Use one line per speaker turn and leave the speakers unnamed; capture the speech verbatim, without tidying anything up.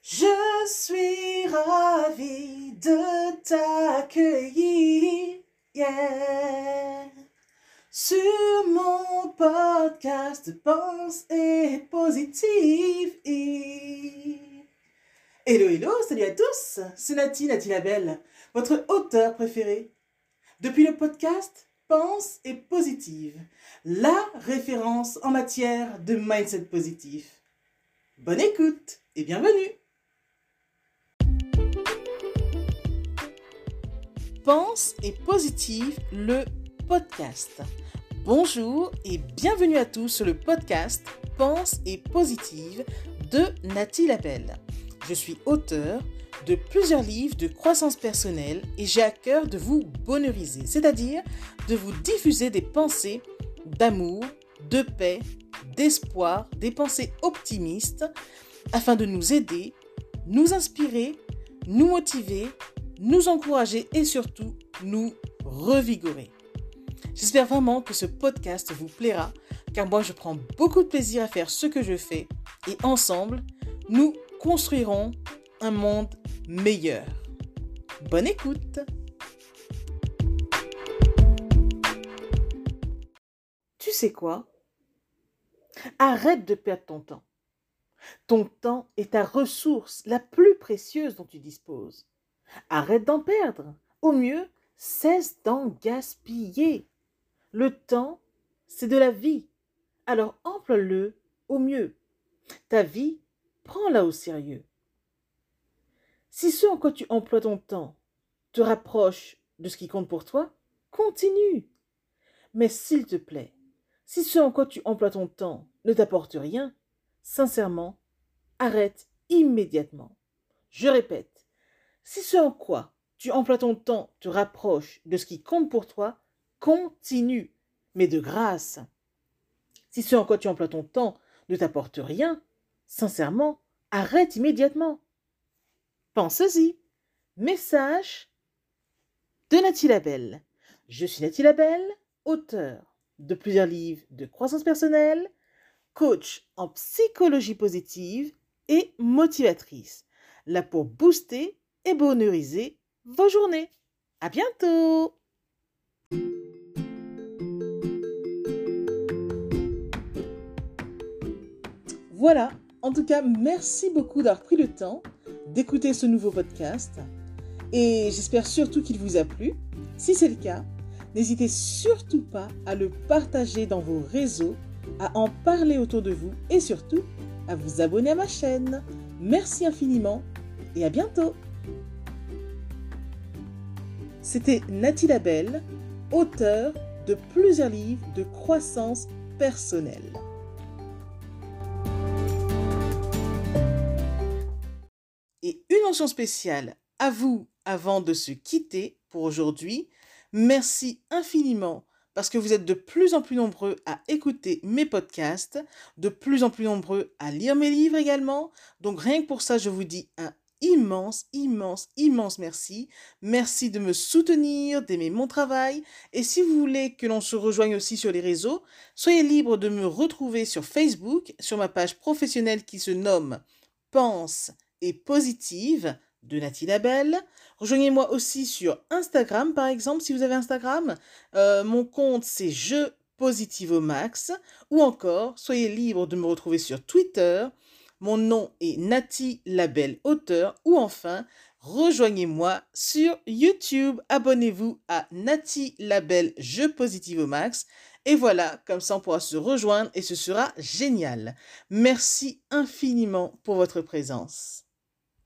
Je suis ravie de t'accueillir, yeah, sur mon podcast Pense et Positive. Hello, hello, salut à tous, c'est Nati, Nati la Belle, votre auteur préféré. Depuis le podcast Pense et Positive, la référence en matière de mindset positif. Bonne écoute et bienvenue. Pense et Positive, le podcast. Bonjour et bienvenue à tous sur le podcast Pense et Positive de Nati la Belle. Je suis auteur de plusieurs livres de croissance personnelle et j'ai à cœur de vous bonheuriser, c'est-à-dire de vous diffuser des pensées d'amour, de paix, d'espoir, des pensées optimistes afin de nous aider, nous inspirer, nous motiver, nous encourager et surtout nous revigorer. J'espère vraiment que ce podcast vous plaira car moi je prends beaucoup de plaisir à faire ce que je fais et ensemble nous construirons un monde meilleur. Bonne écoute! Tu sais quoi? Arrête de perdre ton temps. Ton temps est ta ressource la plus précieuse dont tu disposes. Arrête d'en perdre. Au mieux, cesse d'en gaspiller. Le temps, c'est de la vie. Alors emploie-le au mieux. Ta vie, prends-la au sérieux. Si ce en quoi tu emploies ton temps te rapproche de ce qui compte pour toi, continue. Mais s'il te plaît, si ce en quoi tu emploies ton temps ne t'apporte rien, sincèrement, arrête immédiatement. Je répète, si ce en quoi tu emploies ton temps te rapproche de ce qui compte pour toi, continue, mais de grâce. Si ce en quoi tu emploies ton temps ne t'apporte rien, sincèrement, arrête immédiatement. Pense-y. Message de Nati la Belle. Je suis Nati la Belle, auteur de plusieurs livres de croissance personnelle, coach en psychologie positive et motivatrice, là pour booster et bonheuriser vos journées. À bientôt! Voilà, en tout cas, merci beaucoup d'avoir pris le temps d'écouter ce nouveau podcast et j'espère surtout qu'il vous a plu. Si c'est le cas, n'hésitez surtout pas à le partager dans vos réseaux, à en parler autour de vous et surtout à vous abonner à ma chaîne. Merci infiniment et à bientôt. C'était Nati la Belle, auteure de plusieurs livres de croissance personnelle. Et une mention spéciale à vous avant de se quitter pour aujourd'hui. Merci infiniment parce que vous êtes de plus en plus nombreux à écouter mes podcasts, de plus en plus nombreux à lire mes livres également. Donc rien que pour ça, je vous dis un immense, immense, immense merci. Merci de me soutenir, d'aimer mon travail. Et si vous voulez que l'on se rejoigne aussi sur les réseaux, soyez libre de me retrouver sur Facebook, sur ma page professionnelle qui se nomme Pense et Positive de Nati la Belle. Rejoignez-moi aussi sur Instagram par exemple si vous avez Instagram. Euh, mon compte c'est Je Positive au Max. Ou encore, soyez libre de me retrouver sur Twitter. Mon nom est Nati la Belle auteur. Ou enfin, rejoignez-moi sur YouTube. Abonnez-vous à Nati la Belle Je Positive au Max. Et voilà, comme ça on pourra se rejoindre et ce sera génial. Merci infiniment pour votre présence.